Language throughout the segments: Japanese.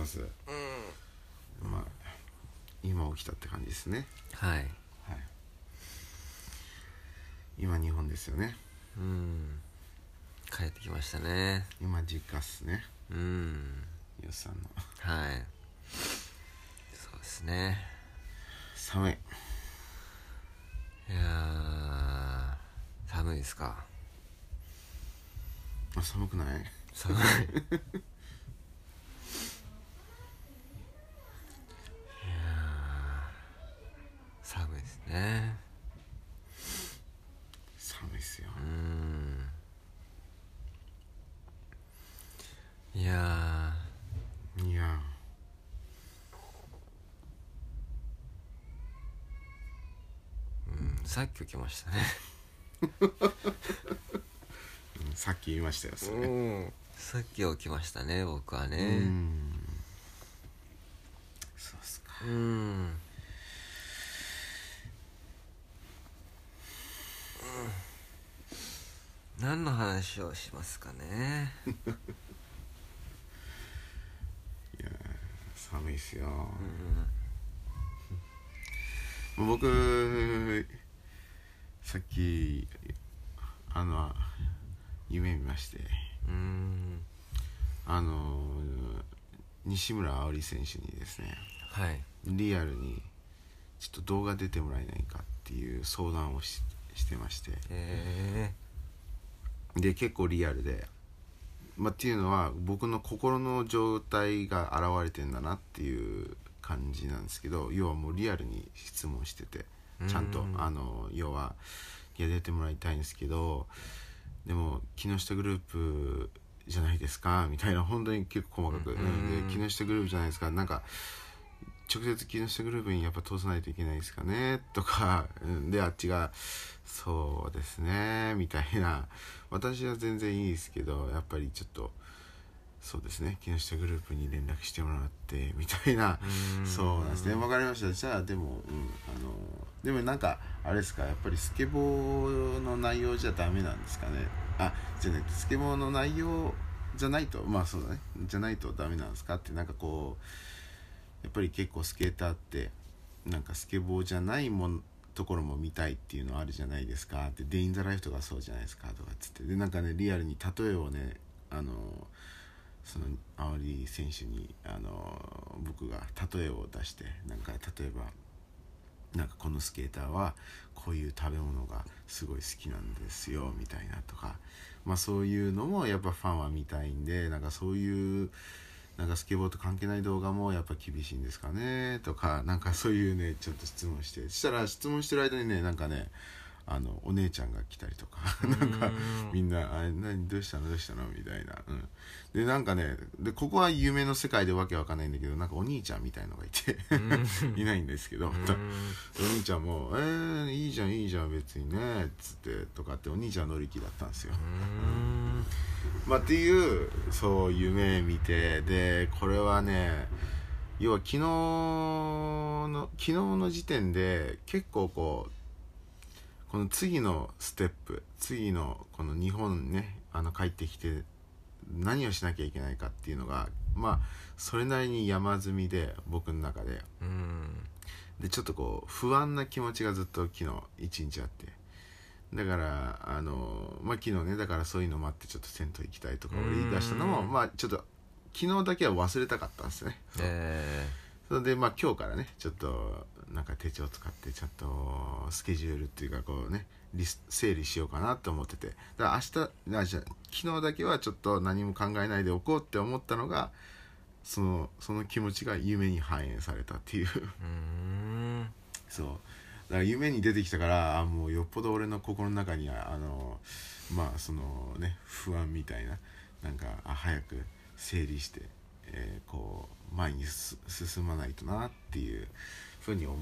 ます。まあ今起きたって感じですね。 はい。 今日本ですよね。 帰ってきましたね。 今実家っすね。よっさんの。 はい。そうですね。 寒い。 いやー、寒いですか。 寒くない？ 寒い。寒いですね。 寒いっすよ。 いやいやさっき起きましたね。 さっき言いましたよそれ。 さっき起きましたね、僕はね。 そうっすか。 何の話をしますかね。 いや寒いっすよ。僕さっき夢見まして、西村碧莉選手にですね、 はい。 リアルにちょっと動画出てもらえないかっていう相談をしてまして、で結構リアルで、っていうのは僕の心の状態が現れてんだなっていう感じなんですけど、要はもうリアルに質問してて、ちゃんと要はいや出てもらいたいんですけど、でも木下グループじゃないですかみたいな、本当に結構細かく、で木下グループじゃないですか、なんか直接木下グループにやっぱ通さないといけないですかねとか、であっちがそうですねみたいな、私は全然いいですけど、やっぱりちょっとそうですね木下グループに連絡してもらってみたいな、そうなんですね、わかりました。じゃあでも、でもなんかあれですか、やっぱりスケボーの内容じゃダメなんですかね。じゃあね、スケボーの内容じゃないと、そうだね、じゃないとダメなんですかって、なんかこうやっぱり結構スケーターってなんかスケボーじゃないところも見たいっていうのあるじゃないですかって、デインザライフとかそうじゃないですかとかっつって、でなんかねリアルに例えをねその青利選手に僕が例えを出して、なんか例えばなんかこのスケーターはこういう食べ物がすごい好きなんですよみたいなとか、そういうのもやっぱファンは見たいんで、なんかそういうなんかスケボーと関係ない動画もやっぱ厳しいんですかねとか、なんかそういうねちょっと質問して、したら質問してる間にね、なんかねお姉ちゃんが来たりとかなんかみんな何どうしたのみたいな、でなんかね、でここは夢の世界でわけわかんないんだけど、なんかお兄ちゃんみたいのがいていないんですけど、お兄ちゃんもいいじゃん別にねつってとかって、お兄ちゃん乗り気だったんですよ。っていうそう夢見て、でこれはね、要は昨日の時点で結構この次のステップ、次のこの日本ね帰ってきて何をしなきゃいけないかっていうのがそれなりに山積みで、僕の中ででちょっとこう不安な気持ちがずっと昨日一日あって、だから昨日ね、だからそういうのもあってちょっと銭湯行きたいとか俺言い出したのもちょっと昨日だけは忘れたかったんですね。それで今日からねちょっとなんか手帳使ってちょっとスケジュールっていうかこうね整理しようかなと思ってて、だから昨日だけはちょっと何も考えないでおこうって思ったのが、その気持ちが夢に反映されたっていうそうだから夢に出てきたから、もうよっぽど俺の心の中にはそのね不安みたいな、なんか早く整理して、こう前に進まないとなっていうふうに思った、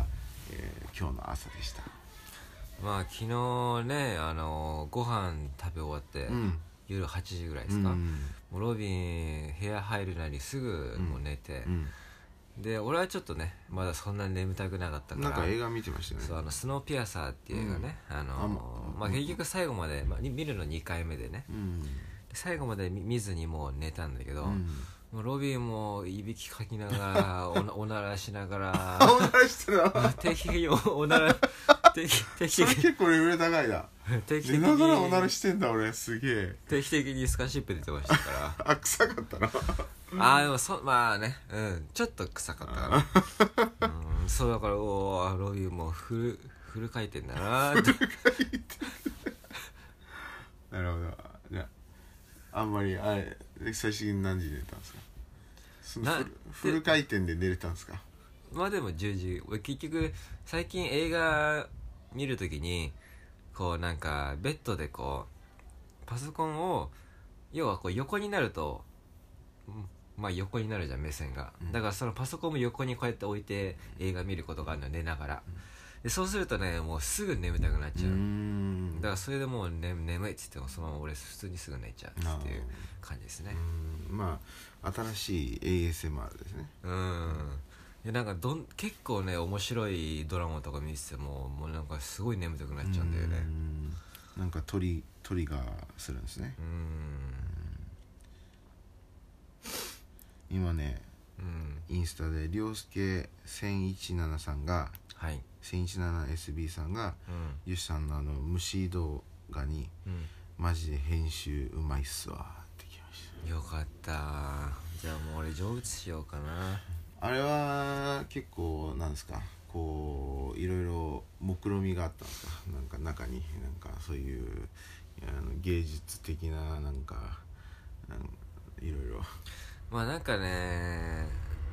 今日の朝でした。 昨日ねご飯食べ終わって、夜8時ぐらいですか、もうロビン部屋入るなりすぐもう寝て、で俺はちょっとねまだそんなに眠たくなかったから、 なんか映画見てましたね。 そうスノーピアサーっていう映画ね、結局最後まで、見るの2回目でね、で最後まで見ずにもう寝たんだけど、 もうロビーもいびきかきながらおならしながらおならしてるな定期的におなら定期的それに結構レベル高いな定期的寝ながらおにならしてんだ俺すげえ定期的にスカシップ出てましたかあ臭かったならでもまあねちょっと臭かったかなそうだからロビーもフル回転だなってなるほどじゃああんまりあれ最終的に何時に寝たんですかフル回転で寝れたんですかまあでも10時結局最近映画見るときにこうなんかベッドでこうパソコンを要はこう横になるとまあ横になるじゃん目線が、だからそのパソコンも横にこうやって置いて映画見ることがあるの寝ながら、でそうするとねもうすぐ眠たくなっちゃうだからそれでもう、眠いって言ってもそのまま俺普通にすぐ寝ちゃうっていう感じですねまあ新しい ASMR ですねいやなんか結構ね面白いドラマとか見ててもうなんかすごい眠たくなっちゃうんだよねなんかトリガーするんですね今ね、インスタで涼介1017さんが、1017SB さんが、ヨシさんの虫動画に、マジで編集うまいっすわってきました。 よかった。じゃあもう俺成仏しようかな。 あれは結構なんですかこういろいろ目論みがあったんですかなんか中になんかそういう芸術的ななんかいろいろまあなんかね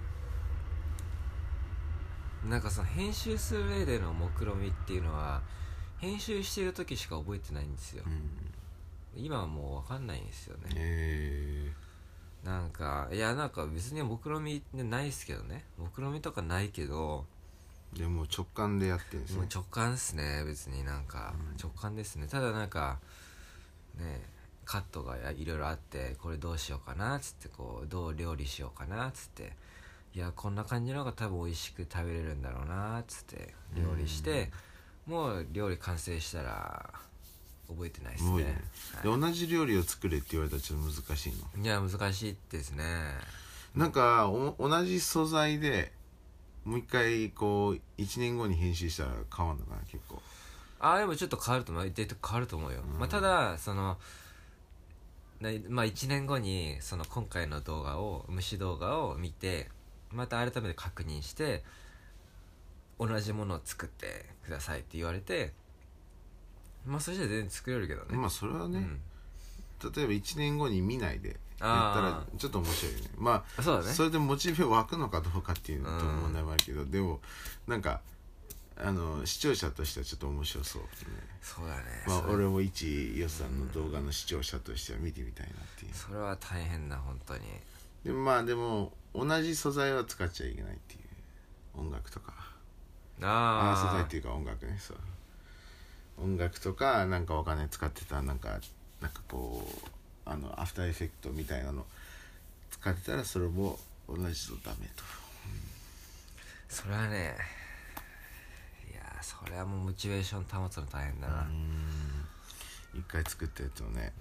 なんかその編集する上での目論みっていうのは編集してる時しか覚えてないんですよ、今はもう分かんないんですよね、なんかいやなんか別に目論みってないですけどね目論みとかないけどでも直感でやってるんですねもう直感ですね別になんか直感ですね、ただなんかねカットがいろいろあってこれどうしようかなっつってこうどう料理しようかなっつっていやこんな感じの方が多分美味しく食べれるんだろうなっつって料理してもう料理完成したら覚えてないですね、 で同じ料理を作れって言われたらちょっと難しいのいや難しいですねなんか同じ素材でもう一回こう1年後に編集したら変わるのかな結構でもちょっと変わると思う変わると思うよ、まあ、ただそのまあ1年後にその今回の動画を虫動画を見てまた改めて確認して同じものを作ってくださいって言われてまあそしたら全然作れるけどねまあそれはね、例えば1年後に見ないでやったらちょっと面白いよねまあそうだねそれでモチベ湧くのかどうかっていうのと問題もあるけど、でもなんか視聴者としてはちょっと面白そうですねそうだね、 まあ俺も一ヨスさんの動画の視聴者としては見てみたいなっていうそれは大変だ本当にでもまあでも同じ素材は使っちゃいけないっていう音楽とか素材っていうか音楽ねそう音楽とかなんかお金使ってたなんかこうアフターエフェクトみたいなの使ってたらそれも同じとダメと、 それはねいやそれはもうモチベーション保つの大変だな一回作ったやつをね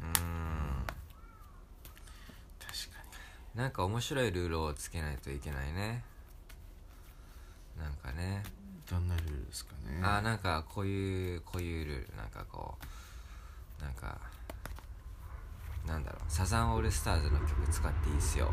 確かになんか面白いルールをつけないといけないねなんかねどんなルールですかねなんかこういうルールなんかこうなんかなんだろうサザンオールスターズの曲使っていいっすよとか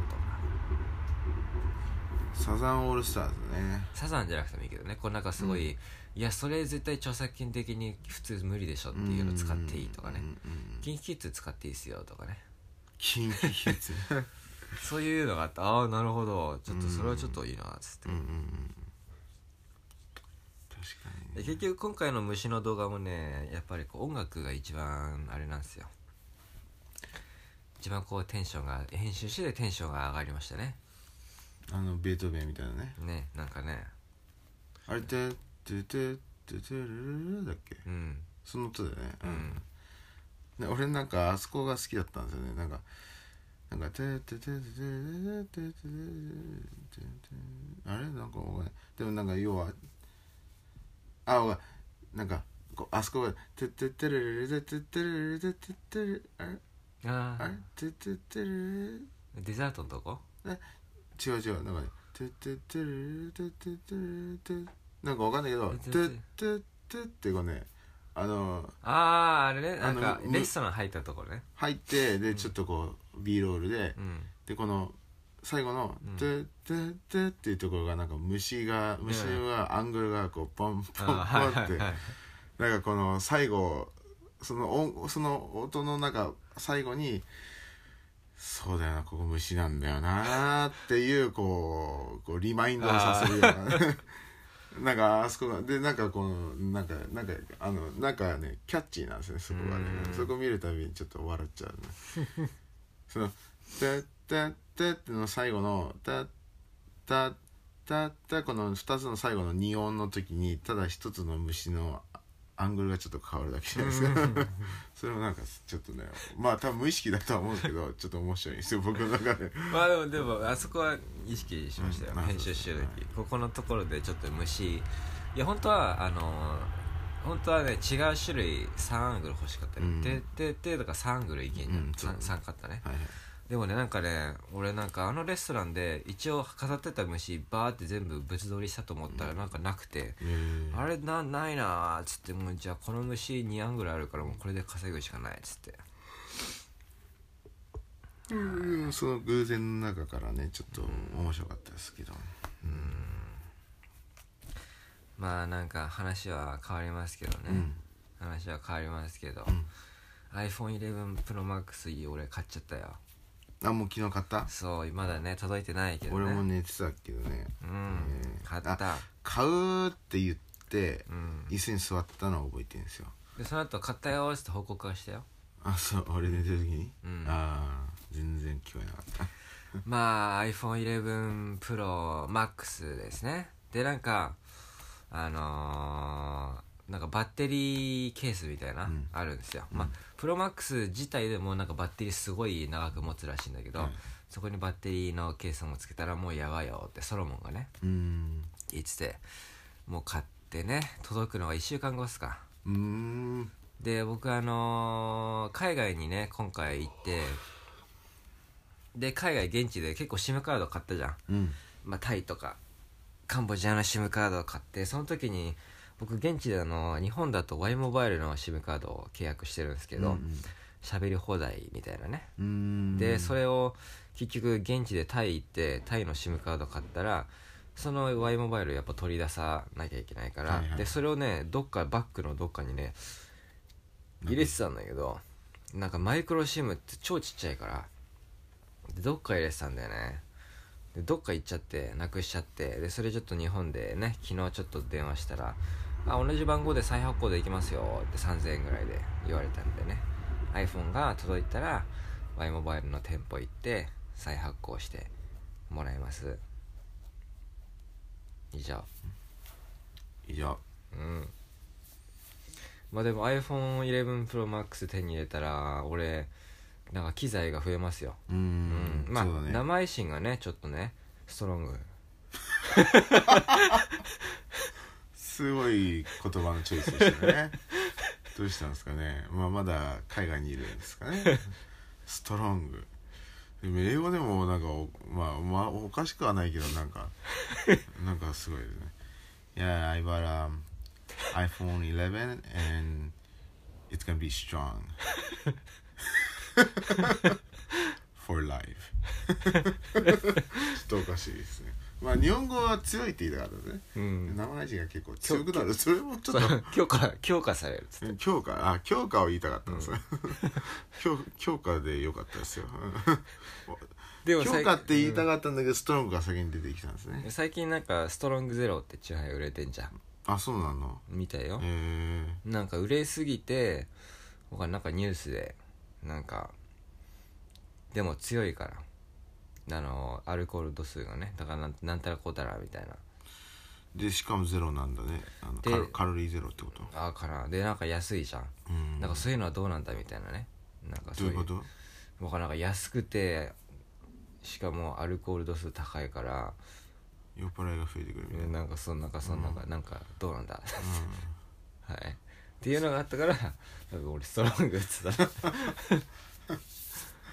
サザンオールスターズねサザンじゃなくてもいいけどねこうなんかすごい、いやそれ絶対著作権的に普通無理でしょっていうの使っていいとかねキンキキッズ使っていいっすよとかねキンキキッズそういうのがあってなるほどちょっとそれはちょっといいなっつって、 確かに、 結局今回の虫の動画もねやっぱりこう音楽が一番あれなんですよ一番こうテンションが編集してテンションが上がりましたねベートーベンみたいなねなんかねあれってトゥトゥトゥトゥルルルだっけその音だよね俺なんかあそこが好きだったんですよねなんかトゥトゥトゥトゥトゥトゥトゥあれなんかでもなんか要はなんかあそこがトゥトゥトゥルルルトゥトゥルルルトゥトゥルあれトゥトゥトゥルルデザートのとこ？ 違うなんかねトゥトゥトゥルトゥトゥトゥルトゥなんかわかんないけどトゥトゥトゥってこうねあれね、なんかレストラン入ったところね、 入ってでちょっとこう B ロールで、でこの最後のトゥトゥトゥっていうところがなんか虫がアングルがこうポンポンポンってなんかこの最後その音の中最後にそうだよなここ虫なんだよなっていうこうリマインドをさせるようななんかあそこがでなんかこのなんかねキャッチーなんですねそこがねそこ見るたびにちょっと笑っちゃうねそのタッタッタッっての最後のタッタッタッタこの2つの最後の2音の時にただ1つの虫のアングルがちょっと変わるだけじゃないですかそれもなんかちょっとねまあ多分無意識だとは思うんですけどちょっと面白いんですよ僕の中でまあでもあそこは意識しましたよ、編集してる時、ここのところでちょっと虫いや本当はね違う種類3アングル欲しかったね、でとか3アングルいけんじゃん、3カットね、でもねなんかね俺なんかレストランで一応飾ってた虫バーって全部別撮りしたと思ったらなんかなくて、あれないなーっつってもうじゃあこの虫2アングルあるからもうこれで稼ぐしかないっつってその偶然の中からねちょっと面白かったですけどまあなんか話は変わりますけどね、話は変わりますけど、iPhone 11 Pro Max 俺買っちゃったよ。 もう昨日買った？ そうまだね届いてないけどね。 俺も寝てたけどね、 買った。 買うって言って、椅子に座ったのを覚えてるんですよ。 でその後買ったよって報告はしたよ。 そう俺寝てる時に、全然聞こえなかったまあ iPhone 11 Pro Max ですね。でなんかなんかバッテリーケースみたいな、あるんですよ、まあプロマックス自体でもなんかバッテリーすごい長く持つらしいんだけど、そこにバッテリーのケースもつけたらもうやばいよってソロモンがね言ってて、もう買ってね届くのは1週間後っすか。で僕海外にね今回行ってで海外現地で結構 SIM カード買ったじゃん、まあタイとかカンボジアの SIM カードを買ってその時に僕現地で日本だと Y モバイルの SIM カードを契約してるんですけど喋り放題みたいなね。でそれを結局現地でタイ行ってタイの SIM カード買ったらその Y モバイルやっぱ取り出さなきゃいけないから、でそれをねどっかバッグのどっかにね入れてたんだけどなんかマイクロ SIM って超ちっちゃいからでどっか入れてたんだよね。でどっか行っちゃってなくしちゃって、でそれちょっと日本でね昨日ちょっと電話したら同じ番号で再発行できますよって3000円ぐらいで言われたんでね iPhone が届いたら Y モバイルの店舗行って再発行してもらいます。以上。まあでも iPhone 11 Pro Max 手に入れたら俺なんか機材が増えますよ。まあ、ね、生配信がねちょっとねストロングすごい言葉のチョイスでしたねどうしたんですかね。まだ海外にいるんですかねストロングでも英語でもなんかまあおかしくはないけどなんかすごいですね。Yeah, I bought iPhone 11 and it's gonna be strong for life ちょっとおかしいですね。まあ日本語は強いって言いたかったですね、生配信が結構強くなる。それもちょっと強化されるっつって強化を言いたかったんです、強化でよかったですよでも強化って言いたかったんだけど、ストロングが先に出てきたんですね。 最近なんかストロングゼロってチューハイ売れてんじゃん。 そうなのみたいよ。なんか売れすぎてなんかニュースでなんかでも強いからアルコール度数がねだからなんたらこうたらみたいなでしかもゼロなんだね。カロリーゼロってことかな。でなんか安いじゃん、なんかそういうのはどうなんだみたいなね。なんかそういうどういうこと？ なんか安くてしかもアルコール度数高いから酔っ払いが増えてくるみたいな。 なんかなんかどうなんだはいっていうのがあったから多分俺ストロングって言った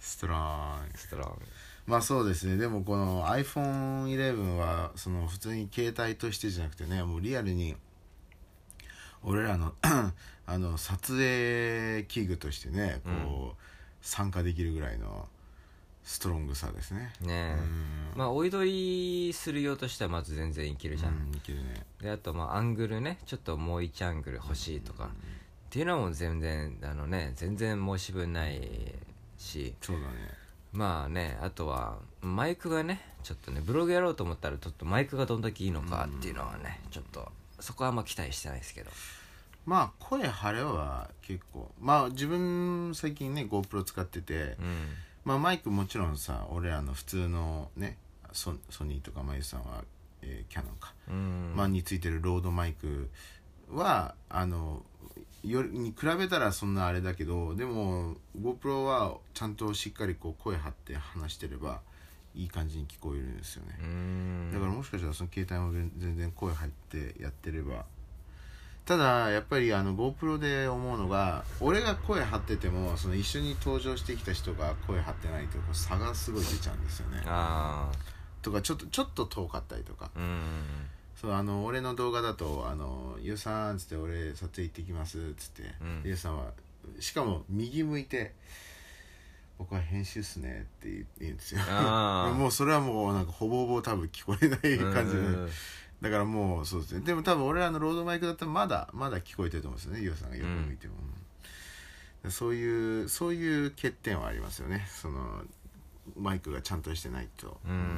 ストロング。 ストロング。 まあそうですね。でもこの iPhone11 はその普通に携帯としてじゃなくてね、もうリアルに俺らの撮影器具としてねこう、参加できるぐらいのストロングさですね。 ねえ、まあ追い撮りする用としてはまず全然いけるじゃん、 いけるね。 であとまあアングルね、ちょっともう1アングル欲しいとか、っていうのも全然全然申し分ないし。 そうだね。 まあね、あとはマイクがねちょっとね、ブログやろうと思ったらちょっとマイクがどんだけいいのかっていうのはね、ちょっとそこはあんま期待してないですけど、 まあ声張れは結構、まあ自分最近ね GoPro 使ってて、まあマイクもちろんさ、俺らの普通のねソニーとかまゆさんは、キャノンか、まあについてるロードマイクはに比べたらそんなあれだけど、でも GoPro はちゃんとしっかりこう声張って話してればいい感じに聞こえるんですよね。だからもしかしたらその携帯も全然声入ってやってれば。ただやっぱりGoPro で思うのが、俺が声張っててもその一緒に登場してきた人が声張ってないとこう差がすごい出ちゃうんですよね。とかちょっと遠かったりとか、そう俺の動画だとゆうさんっつって俺撮影行ってきますっつって、ゆうさんはしかも右向いて僕は編集っすねって言うんですよ。もうそれはもうなんかほぼほぼ多分聞こえない感じで、だからもうそうですね。でも多分俺らのロードマイクだったらまだ聞こえてると思うんですよね、ゆうさんが横向いても、そういう欠点はありますよね、そのマイクがちゃんとしてないと。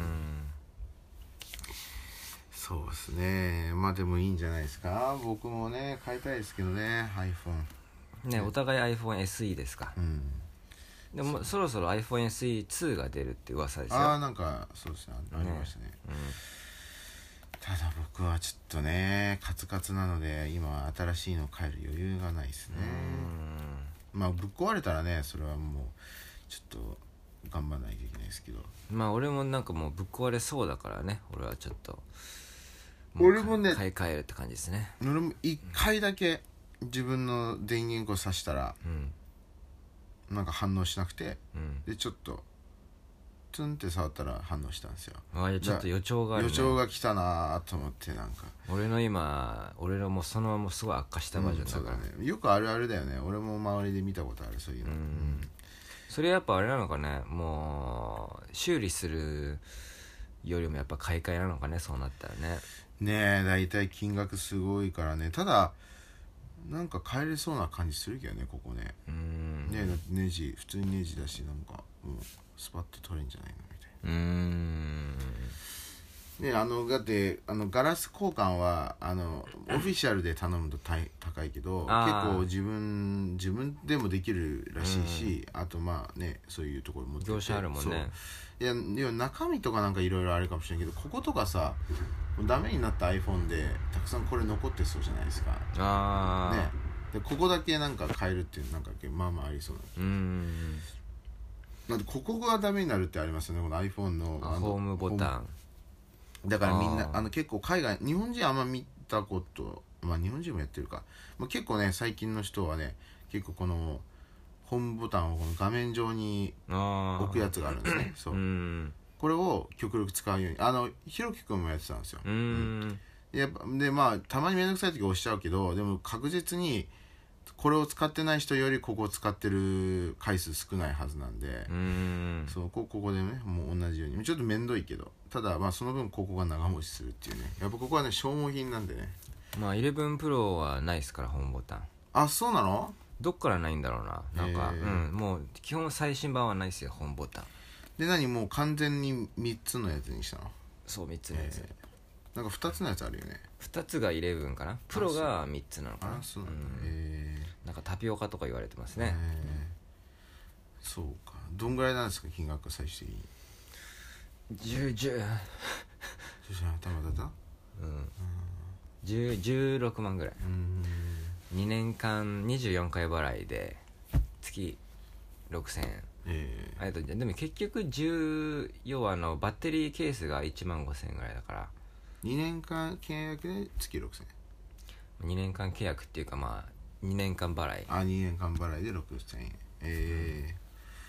そうですね。まあでもいいんじゃないですか。僕もね買いたいですけどね iPhone ね。お互い iPhone SE ですか。でもそろそろ iPhone SE2 が出るって噂ですよ。 なんかそうですね、ありましたね。ただ僕はちょっとねカツカツなので今新しいの買える余裕がないですね。まあぶっ壊れたらねそれはもうちょっと頑張らないといけないですけど、 まあ俺もなんかもうぶっ壊れそうだからね、俺はちょっと俺もね買い替えるって感じですね。 俺も1回だけ自分の電源を挿したら、なんか反応しなくて、でちょっとツンって触ったら反応したんですよ。 ちょっと予兆があるね。 予兆が来たなと思って、なんか俺のもうそのまますごい悪化したバージョンだから、 そうだね。よくあるあるだよね。俺も周りで見たことある、そういうの。 それやっぱあれなのかね、もう修理するよりもやっぱ買い替えなのかね、そうなったらね。 ねえ、だいたい金額すごいからね。ただなんか帰れそうな感じするけどね、ここね。ねえ、だってネジ普通にネジだし、なんかもうスパッと取れんじゃないのみたいな。ね、だってガラス交換はオフィシャルで頼むと高いけど、結構自分でもできるらしいし、あとまあね、そういうところも業者あるもんね。 いや中身とかなんかいろいろあるかもしれないけど、こことかさダメになった iPhone でたくさんこれ残ってそうじゃないですか。ね、でここだけなんか変えるっていうなんかまあまあありそうな。なんでここがダメになるってありますよね、この iPhone のホームボタン。 だからみんな結構海外、日本人あんま見たこと、まあ日本人もやってるか、まあ、結構ね最近の人はね結構このホームボタンをこの画面上に置くやつがあるんですね。そう、これを極力使うようにひろきくんもやってたんですよ。やっぱでまあたまにめんどくさい時押しちゃうけど、でも確実にこれを使ってない人よりここを使ってる回数少ないはずなんで、そうここでねもう同じようにちょっとめんどいけど、ただまあその分ここが長持ちするっていうね。やっぱここはね消耗品なんでね。 まあ11 Pro はないですから、ホームボタン。 あ、そうなの？ どっからないんだろうな。なんか、もう基本最新版はないですよ、ホームボタン。 で何、もう完全に3つのやつにしたの？ そう、3つのやつ。 なんか2つのやつあるよね。 2つが11かな。プロが3つなのかな。 そうなんだ。 なんかタピオカとか言われてますね。 そうか。どんぐらいなんですか、金額最終的に。 10 頭だった 16万ぐらい。2年間24回払いで月6000円。でも結局要はバッテリーケースが1万5000円ぐらいだから、 2年間契約で月6000 円。2年間契約っていうかまあ2年間払い。 2年間払いで6000円。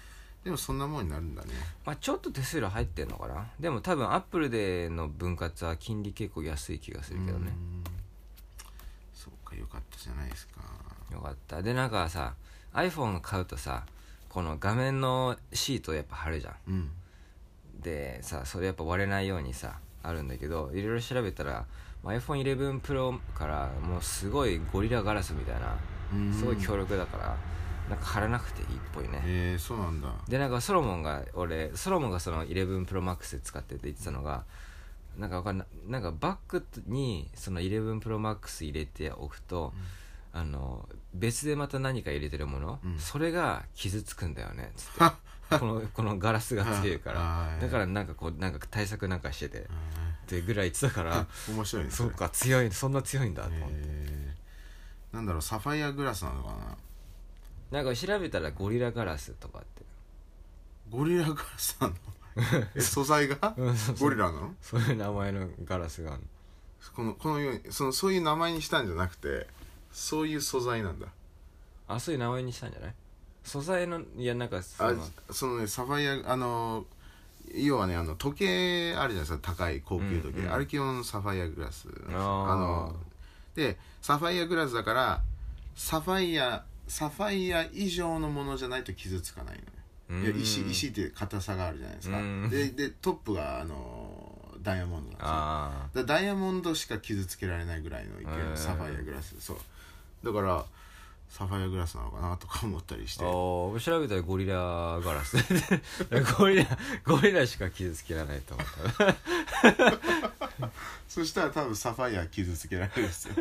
でもそんなもんになるんだね。 まあちょっと手数料入ってんのかな。でも多分アップルでの分割は金利結構安い気がするけどね。 そうか、よかったじゃないですか。 よかった。でなんかさ iPhone 買うとさこの画面のシートやっぱ貼るじゃん、でさそれやっぱ割れないようにさあるんだけど、いろいろ調べたら iPhone 11 Pro からもうすごいゴリラガラスみたいなすごい強力だからなんか貼らなくていいっぽいね。 そうなんだ。 でなんかソロモンがその11 Pro Max で使ってて言ってたのがなんかわかんない、なんかバッグにその11 Pro Max 入れておくと、別でまた何か入れてるもの、それが傷つくんだよねつってこのガラスが強いからだからなんか対策なんかしててってぐらい言ってたから面白いね。 そうか、強い、そんな強いんだと思って、 なんだろう、サファイアグラスなのかな。 なんか調べたらゴリラガラスとかって。 ゴリラガラスなの素材がゴリラなの。 そういう名前のガラスがあるの。このようにそういう名前にしたんじゃなくて、そういう素材なんだ。 あ、そういう名前にしたんじゃない。素材の、いやなんかそのね、サファイア要はね、時計あるじゃないですか、高い高級時計、あれ基本サファイアグラスなんですよ。でサファイアグラスだからサファイア以上のものじゃないと傷つかないのね。石って硬さがあるじゃないですか。でトップがダイヤモンドなんですよ。ダイヤモンドしか傷つけられないぐらいの勢いのサファイアグラス。そうだからサファイアグラスなのかなとか思ったりして、 調べたらゴリラガラスゴリラしか傷つけられないと思ったそしたら多分サファイア傷つけられるんですよ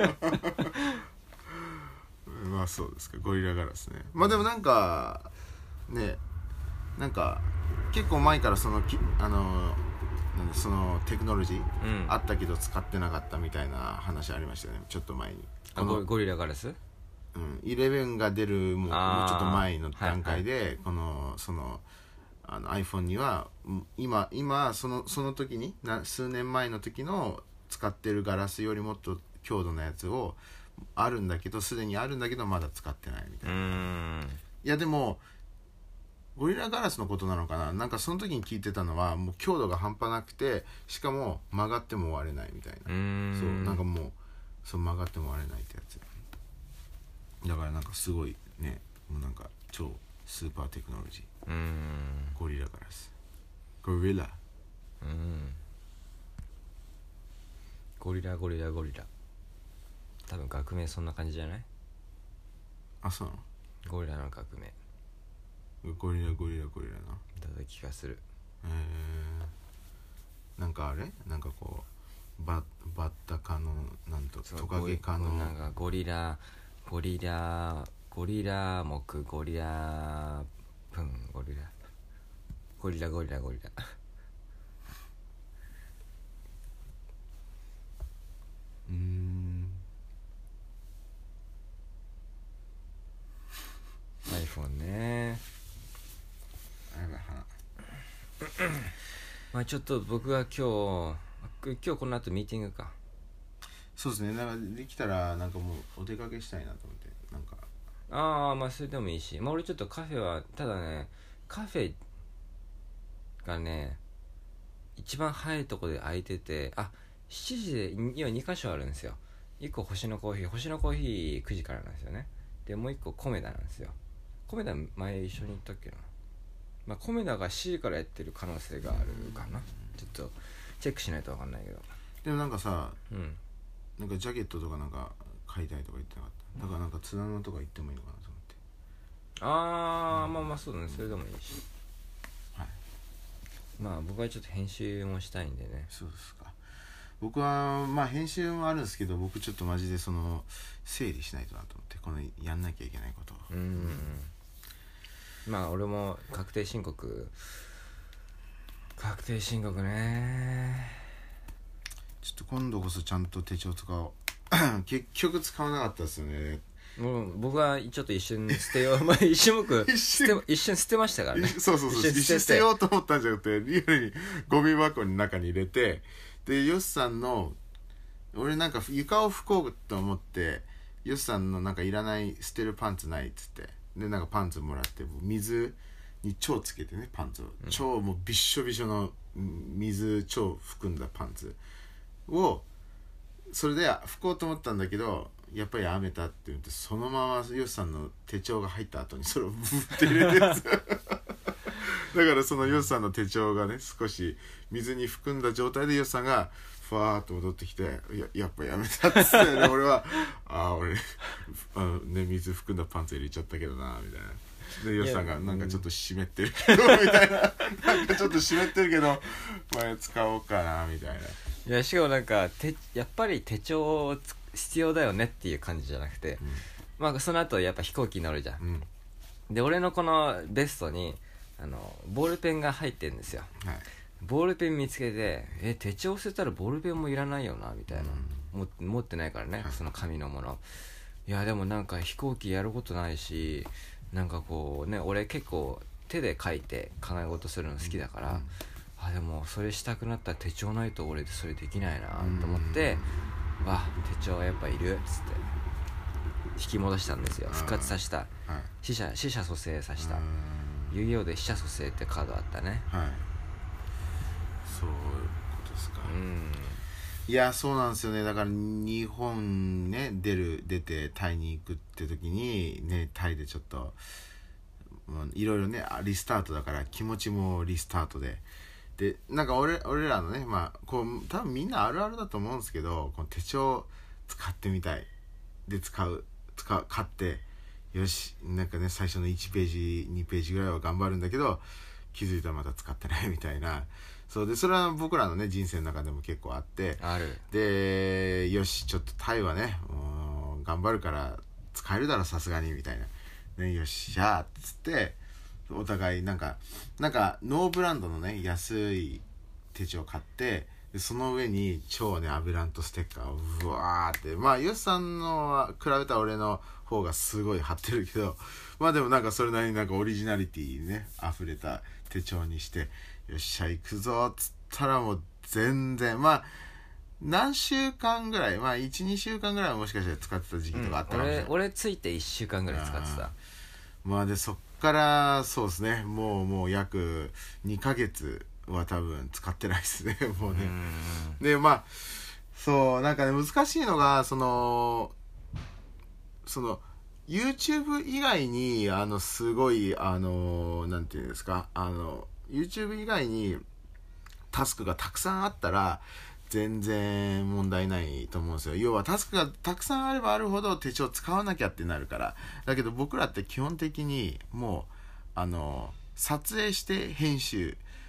まあそうですか、ゴリラガラスね。まあでもなんかね、なんか結構前からそのテクノロジーあったけど使ってなかったみたいな話ありましたよね、ちょっと前に。 ゴリラガラス 11が出るもうちょっと前の段階で、iPhone には今その時に数年前の時の使ってるガラスよりもっと強度のやつをあるんだけど、すでにあるんだけどまだ使ってないみたいな。いやでもゴリラガラスのことなのかな。なんかその時に聞いてたのはもう強度が半端なくて、しかも曲がっても割れないみたいな。そうなんかもう曲がっても割れないってやつだから、なんかすごいね、もうなんか超スーパーテクノロジー。ゴリラガラス、ゴリラ、 ゴリラ多分学名そんな感じじゃない。 あ、そうなの。 ゴリラの学名ゴリラなだった気がする。 なんかあれ、なんかこうバッタ科のなんとトカゲ科のなんかゴリラ目、ゴリラプン、ゴリラiPhone ね。まあちょっと僕が今日この後ミーティングか。 そうですね、なんかできたらなんかもうお出かけしたいなと思って、なんかまあそれでもいいし、まあ俺ちょっとカフェはただね、カフェがね一番早いとこで空いてて、7時で今2カ所あるんですよ。1個星のコーヒー9時からなんですよね。でもう1個コメダなんですよ。コメダ前一緒に行ったっけな。まあコメダが7時からやってる可能性があるかな。ちょっとチェックしないと分かんないけど。でもなんかさ、なんかジャケットとかなんか買いたいとか言ってなかった。だからなんか津田野とか行ってもいいのかなと思って。 まあそうだね、それでもいいし。まあ僕はちょっと編集もしたいんでね。 そうですか。僕はまあ編集もあるんですけど、僕ちょっとマジで整理しないとなと思って、このやんなきゃいけないことを。 まあ俺も確定申告ね。 ちょっと今度こそちゃんと手帳使おう結局使わなかったですよね。 もう僕はちょっと一瞬捨てよう一瞬捨てましたからね。 そう一瞬捨てようと思ったんじゃなくて、リアルにゴミ箱の中に入れて、でヨシさんの俺なんか床を拭こうと思って、ヨシさんのなんかいらない捨てるパンツないっつって、でなんかパンツもらって水に超つけてね、パンツを、超もうびっしょびしょの水超含んだパンツをそれで拭こうと思ったんだけど、やっぱりやめたって言って、そのままヨシさんの手帳が入った後にそれをブーって入れてるんですよだからそのヨシさんの手帳がね少し水に含んだ状態でヨシさんがふわーっと戻ってきて、やっぱやめたっつってね俺は俺ね水含んだパンツ入れちゃったけどなみたいな。でヨシさんがなんかちょっと湿ってるけどみたいななんかちょっと湿ってるけど使おうかなみたいな。 いやしかもなんかやっぱり手帳必要だよねっていう感じじゃなくて、まあその後やっぱ飛行機乗るじゃん、で俺のこのベストにボールペンが入ってるんですよ、ボールペン見つけて手帳捨てたらボールペンもいらないよなみたいな、持ってないからね、その紙のもの。いやでもなんか飛行機やることないし、なんかこうね俺結構手で書いて考え事するの好きだから、でもそれしたくなったら手帳ないと俺それできないなと思って、手帳やっぱいるっつって引き戻したんですよ。復活させた、死者蘇生させた。遊戯王で死者蘇生ってカードあったね。 そういうことですか。いやそうなんですよね。だから日本ね出てタイに行くって時にね、タイでちょっといろいろねリスタートだから気持ちもリスタートでなんか俺らのねこう多分みんなあるあるだと思うんですけど、この手帳使ってみたいで買ってよしなんかね最初の1ページ2ページぐらいは頑張るんだけど気づいたらまた使ってないみたいな。そうでそれは僕らのね人生の中でも結構あってでよしちょっとタイはね頑張るから使えるだろさすがにみたいな、ね、よっしゃっつってお互いなんかノーブランドのね安い手帳買ってでその上に超ねアベラントステッカーをうわーってヨシさんの比べたら俺の方がすごい貼ってるけどでもなんかそれなりになんかオリジナリティにね溢れた手帳にしてよっしゃ行くぞっつったらもう全然何週間ぐらい1,2 週間ぐらいはもしかしたら使ってた時期とかあったかもしれない、 俺ついて1週間ぐらい使ってた。 でそっからそうですねもう約2ヶ月は多分使ってないですねもうね。でそうなんかね難しいのがその YouTube 以外にすごいなんていうんですかYouTube 以外にタスクがたくさんあったら全然問題ないと思うんですよ。要はタスクがたくさんあればあるほど手帳使わなきゃってなるから。だけど僕らって基本的にもう撮影して編集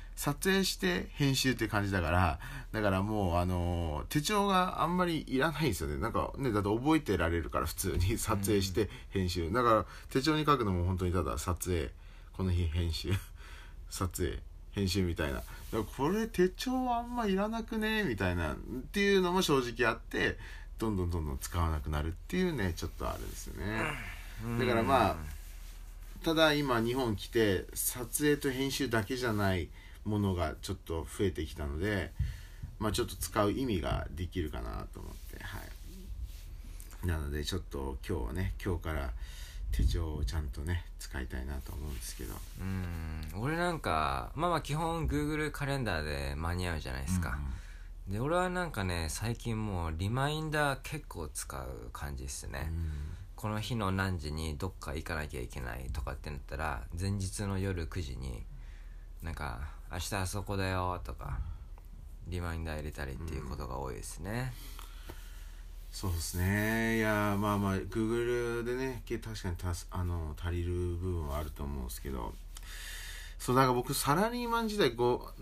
って感じだからもう手帳があんまりいらないんですよね。なんかねだって覚えてられるから普通に撮影して編集、だから手帳に書くのも本当にただ撮影この日編集撮影編集みたいな、だからこれ手帳あんまいらなくねみたいなっていうのも正直あってどんどん使わなくなるっていうねちょっとあるんですよね。だからただ今日本来て撮影と編集だけじゃないものがちょっと増えてきたのでちょっと使う意味ができるかなと思って、なのでちょっと今日から手帳をちゃんとね使いたいなと思うんですけど、 俺なんか基本 Google カレンダーで間に合うじゃないですか、で俺はなんかね最近もうリマインダー結構使う感じですね、この日の何時にどっか行かなきゃいけないとかってなったら前日の夜9時になんか明日あそこだよとかリマインダー入れたりっていうことが多いですね、 そうですね。いやGoogle でね確かに足りる部分はあると思うんですけど、そうなんか僕サラリーマン時代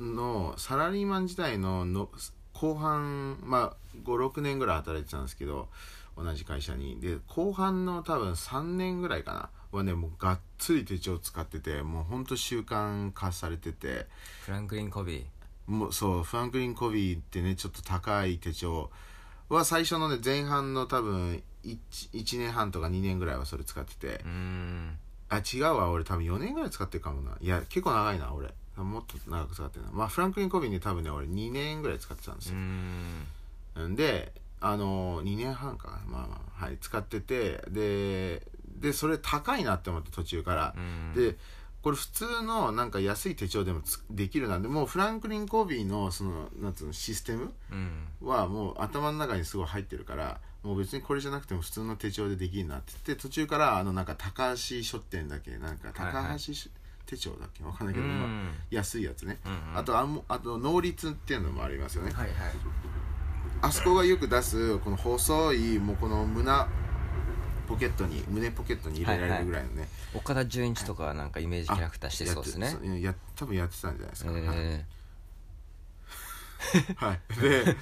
の後半5,6 年ぐらい働いてたんですけど同じ会社にで後半の多分3年ぐらいかなはねもうがっつり手帳使っててもうほんと習慣化されてて、 フランクリン・コビーそうフランクリン・コビーってねちょっと高い手帳は最初のね前半の多分 1年半とか2年ぐらいはそれ使ってて、違うわ俺多分4年ぐらい使ってるかもな。いや結構長いな俺もっと長く使ってるな。フランクリン・コビーね多分ね俺2年ぐらい使ってたんですよ。で2年半か使っててでそれ高いなって思って途中から、でこれ普通のなんか安い手帳でもできるなんで、もうフランクリン・コービーのそのなんつうのシステムはもう頭の中にすごい入ってるから、もう別にこれじゃなくても普通の手帳でできるなって言って、途中からなんか高橋書店だっけ、なんか高橋手帳だっけわかんないけど、まあ、安いやつね、あと能率っていうのもありますよね、はいはい、あそこがよく出すこの細いもうこの胸ポケットに入れられるぐらいのね、 岡田准一とかなんかイメージキャラクターしてそうですね。 多分やってたんじゃないですか、はい、で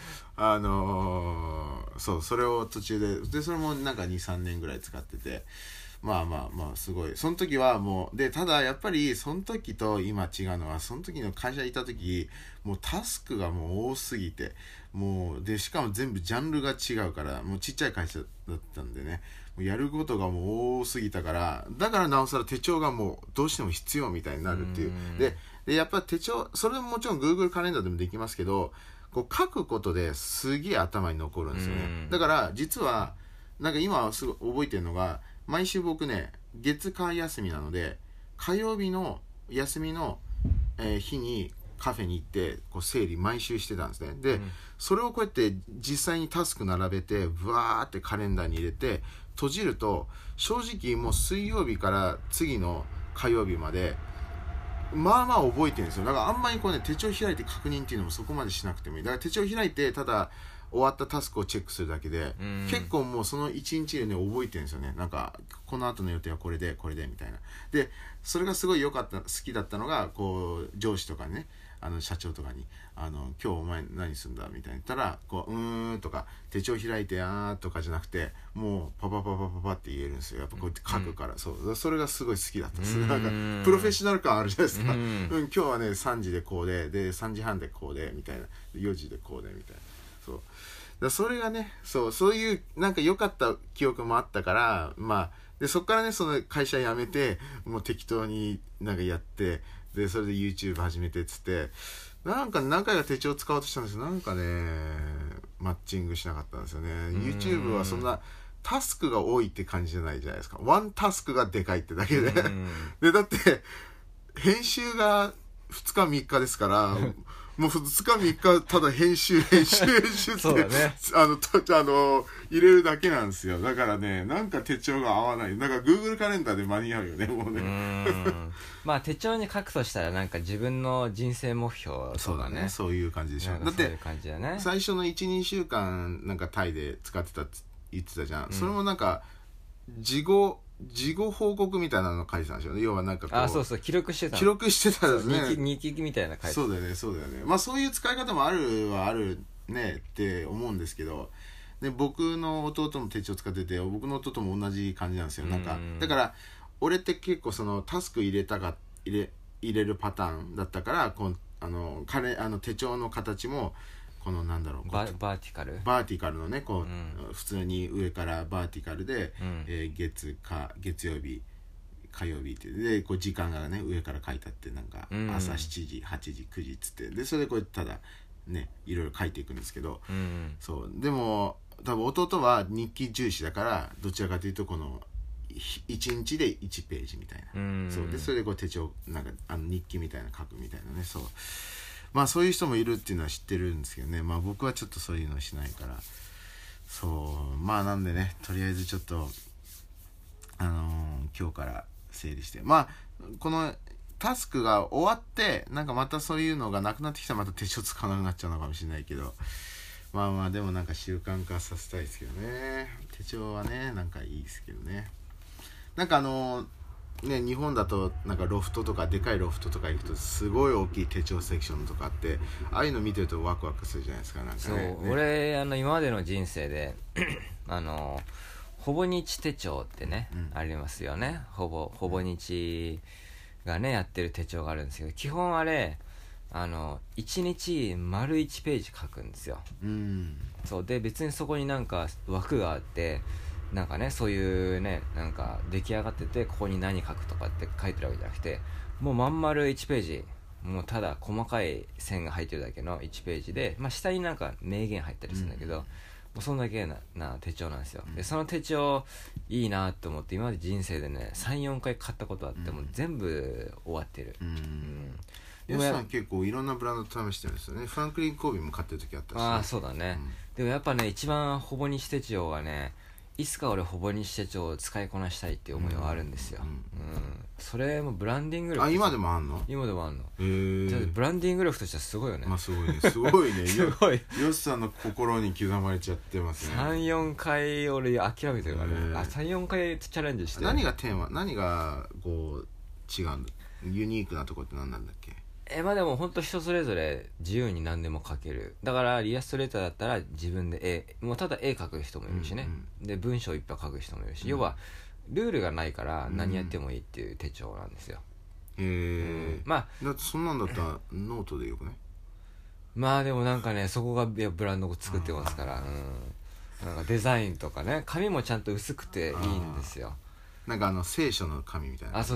そうそれを途中でそれもなんか 2,3 年ぐらい使ってて、まあすごいその時はもうで、ただやっぱりその時と今違うのは、その時の会社にいた時もうタスクがもう多すぎて、もうでしかも全部ジャンルが違うから、もうちっちゃい会社だったんでね、もうやることがもう多すぎたから、だからなおさら手帳がもうどうしても必要みたいになるっていう。でやっぱり手帳、それももちろん Google カレンダーでもできますけど、こう書くことですげえ頭に残るんですよね。だから実はなんか今はすごい覚えてるのが、毎週僕ね月火休みなので、火曜日の休みの、日にカフェに行ってこう整理毎週してたんですね。で、それをこうやって実際にタスク並べてブワーってカレンダーに入れて閉じると、正直もう水曜日から次の火曜日までまあまあ覚えてるんですよ。だからあんまりこうね手帳開いて確認っていうのもそこまでしなくてもいい。だから手帳開いてただ終わったタスクをチェックするだけで、結構もうその一日でね覚えてるんですよね。なんかこの後の予定はこれでみたいな。でそれがすごい好きだったのが、こう上司とかにね、社長とかに今日お前何すんだみたいに言ったら、こうとか手帳開いてとかじゃなくて、もうパパって言えるんですよ。やっぱこうやって書くから、それがすごい好きだったんです。なんかプロフェッショナル感あるじゃないですか。今日はね3時でこうで3時半でこうでみたいな、4時でこうでみたいな、それがね、そういうなんか良かった記憶もあったから、まあでそっからねその会社辞めてもう適当になんかやって、でそれで YouTube 始めてっつって、なんか何回か手帳使おうとしたんですけど、なんかねマッチングしなかったんですよね。 YouTube はそんなタスクが多いって感じじゃないじゃないですか。ワンタスクがでかいってだけででだって編集が2日3日ですからもう2日3日ただ編集ってそうだね入れるだけなんですよ。だからねなんか手帳が合わない。なんか Google カレンダーで間に合うよねもうね。 まあ手帳に書くとしたらなんか自分の人生目標とかね、 そうだね、そういう感じでしょ。だって最初の 1,2 週間なんかタイで使ってたって言ってたじゃん、それもなんか事後報告みたいなの書いてたんですよね。要はなんかこうそう記録してたですね。 日記みたいな書いてた。 そうだよね。まあそういう使い方もあるねって思うんですけど、で僕の弟も手帳使ってて、僕の弟も同じ感じなんですよ。なんかだから俺って結構そのタスク入れるパターンだったから、こう手帳の形もこのなんだろう、 バーティカルのねこう、普通に上からバーティカルで、月曜日火曜日ってでこう時間がね上から書いてあって、なんか朝7時8時9時っつって、でそれでこうただねいろいろ書いていくんですけど、そうでも多分弟は日記重視だから、どちらかというとこの1日で1ページみたいな、そうでそれでこう手帳なんか日記みたいな書くみたいなね。そうまあそういう人もいるっていうのは知ってるんですけどね。まあ僕はちょっとそういうのしないから、まあなんでね、とりあえずちょっと今日から整理して、まあこのタスクが終わってなんかまたそういうのがなくなってきたらまた手帳使わなくなっちゃうのかもしれないけど、まあでもなんか習慣化させたいですけどね。手帳はねなんかいいですけどね。なんか日本だとなんかロフトとかでかいロフトとか行くとすごい大きい手帳セクションとかあって、ああいうの見てるとワクワクするじゃないですか。なんかね、 そう、俺今までの人生でほぼ日手帳ってね、ありますよね。ほぼ日がねやってる手帳があるんですけど、基本あれ1日丸1ページ書くんですよ。そうで別にそこになんか枠があってなんかねそういうねなんか出来上がっててここに何書くとかって書いてるわけじゃなくて、もうまん丸1ページ、もうただ細かい線が入ってるだけの1ページで、まあ下になんか名言入ったりするんだけど、 うそんだけな手帳なんですよ、でその手帳いいなと思って今まで人生でね 3,4 回買ったことあって、もう全部終わってる。 ヨシさん結構いろんなブランド試してるんですよね。フランクリン・コービーも買ってる時あったし、 ああそうだね、でもやっぱね一番ほぼ日手帳はね、いつか俺ほぼ日手帳を使いこなしたいっていう思いはあるんですよ、それもブランディング力。 あ、今でもあんの？ 今でもあんの。 へえ。 ブランディング力としてはすごいよね。 まあすごいね、すごいねすごいヨシさんの心に刻まれちゃってますね。 3,4 回俺諦めてるからね、3,4 回チャレンジして。 何がこう違うんだ、ユニークなとこって何なんだっけ？ まあでも本当人それぞれ自由に何でも描ける。だからイラストレーターだったら自分でもうただ絵描く人もいるしね、で文章いっぱい書く人もいるし、要はルールがないから何やってもいいっていう手帳なんですよ。 まあだってそんなんだったらノートでよくね。 まあでもなんかね、そこがブランドを作ってますから、なんかデザインとかね、紙もちゃんと薄くていいんですよ。 なんか聖書の紙みたいな。 あ、そう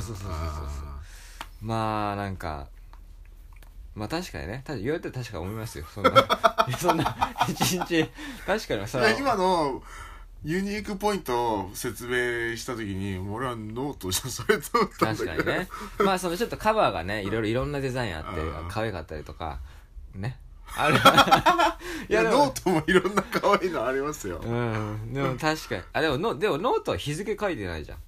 まあなんかまあ確かにね、言われて確か思いますよ。そんな一日確かにそれは今のユニークポイントを説明した時に俺はノートじゃそれと思ったんだけど。 確かにね。まあそのちょっとカバーがね、いろんなデザインあって可愛かったりとかね、あるいやノートもいろんな可愛いのありますよ。 でも確かにでもノートは日付書いてないじゃん。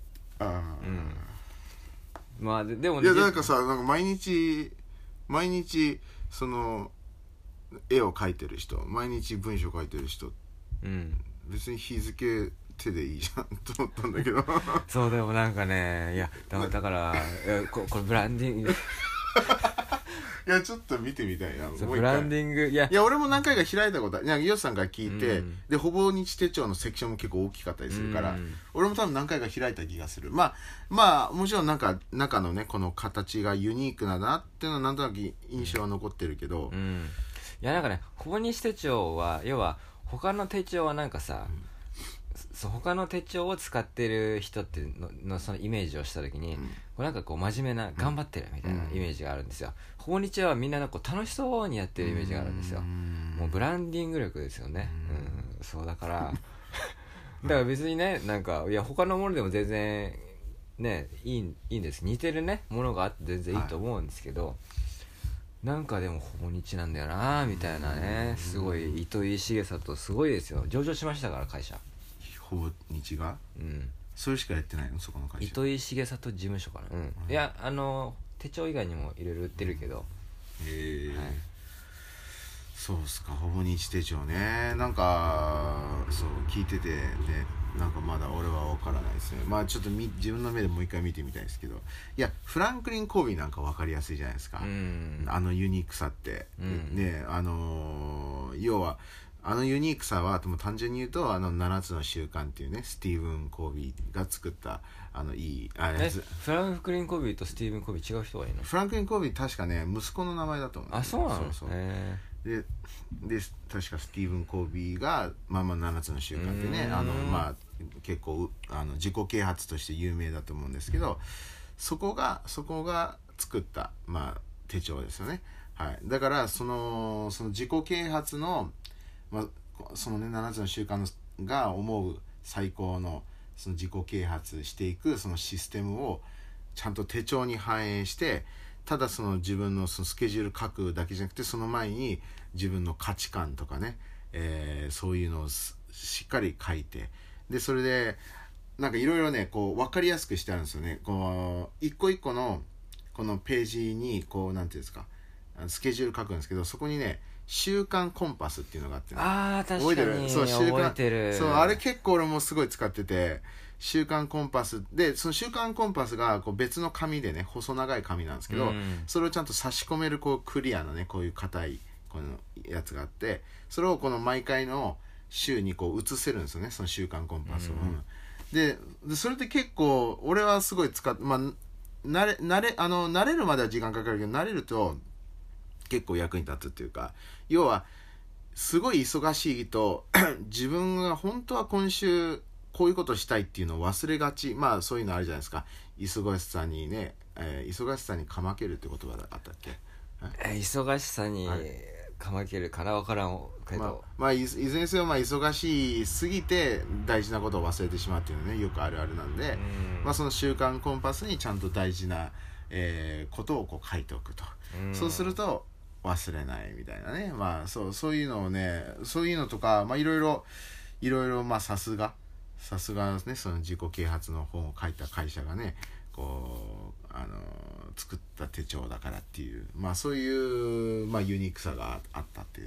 まあでもいやなんかさ、なんか毎日その絵を描いてる人、毎日文章書いてる人、別に日付手でいいじゃんと思ったんだけどそうでもなんかね、いやだからこれブランディングいやちょっと見てみたいな。 ブランディングいや俺も何回か開いたことある。ヨシさんから聞いて、でほぼ日手帳のセクションも結構大きかったりするから、俺も多分何回か開いた気がする。まあもちろんなんか中のねこの形がユニークだなっていうのはなんとなく印象は残ってるけど、 いやなんかね、ほぼ日手帳は要は他の手帳はなんかさ、他の手帳を使ってる人ってのそのイメージをした時に、こうなんかこう真面目な頑張ってるみたいなイメージがあるんですよ。ほぼ日はみんなこう楽しそうにやってるイメージがあるんですよ。もうブランディング力ですよね。そうだから別にね、なんかいや他のものでも全然ねいいんです。似てるねものがあって全然いいと思うんですけど、なんかでもほぼ日なんだよなみたいなね。すごい糸井重里すごいですよ。上場しましたから会社。 ほぼ日が、それしかやってないのそこの会社。 糸井重里事務所かな。いや手帳以外にもいろいろ売ってるけど、 そうっすか。ほぼ日手帳ね。なんかそう聞いててね、なんかまだ俺は分からないですね。まあちょっと自分の目でもう一回見てみたいですけど、いやフランクリン・コービーなんか分かりやすいじゃないですか。ユニークさって、ね、要はユニークさは単純に言うと7つの習慣っていうね、スティーブン・コービーが作ったいいフランクリン・コービーとスティーブン・コービー違う人がいるの？ フランクリン・コービー確かね息子の名前だと思う。 あ、そうなの？ そうで確かスティーブン・コービーが7つの習慣ってね、結構自己啓発として有名だと思うんですけど、そこが作った、手帳ですよね。だからその自己啓発のそのね7つの習慣が思う最高のその自己啓発していくそのシステムをちゃんと手帳に反映して、ただその自分のそのスケジュール書くだけじゃなくて、その前に自分の価値観とかね、そういうのをしっかり書いて、でそれでなんかいろいろねこう分かりやすくしてあるんですよね。こう一個一個のこのページにこうなんていうんですか、スケジュール書くんですけど、そこにね習慣コンパスっていうのがあって、ね、 確かに覚えてる。 そうあれ結構俺もすごい使ってて、習慣コンパスでその習慣コンパスがこう別の紙でね細長い紙なんですけど、それをちゃんと差し込めるこうクリアなねこういう硬いこのやつがあって、それをこの毎回の週にこう写せるんですよね、その習慣コンパスを。でそれって結構俺はすごい使って、慣れるまでは時間かかるけど、慣れると結構役に立つっていうか、要はすごい忙しいと自分が本当は今週こういうことしたいっていうのを忘れがち。そういうのあるじゃないですか。忙しさにね、忙しさにかまけるって言葉あったっけ？ 忙しさにかまけるかな分からんけど、 いずれにせよ忙しすぎて大事なことを忘れてしまうっていうのはねよくあるあるなんで、その週刊コンパスにちゃんと大事な、ことをこう書いておくと、そうすると忘れないみたいなね、そういうのをね、そういうのとか、いろいろさすがね、その自己啓発の本を書いた会社がねこう作った手帳だからっていう、そういう、ユニークさがあったっていう。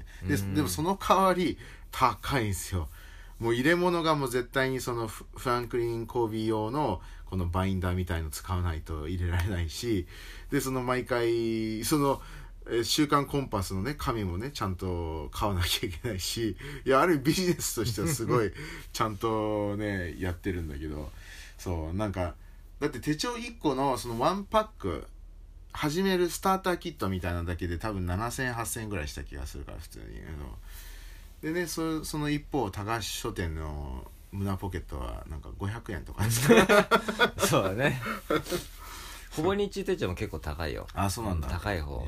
でもその代わり高いんですよ。もう入れ物がもう絶対にそのフランクリン・コービー用のこのバインダーみたいの使わないと入れられないし、でその毎回その週刊コンパスのね紙もねちゃんと買わなきゃいけないし、いやある意味ビジネスとしてはすごいちゃんとねやってるんだけど、そうなんかだって手帳1個のそのワンパック始めるスターターキットみたいなだけで多分7000円8000円ぐらいした気がするから普通に。でね、その一方高橋書店の胸ポケットはなんか500円とかですからそうだねほぼ日手帳も結構高いよ。 あ、そうなんだ。 高い方。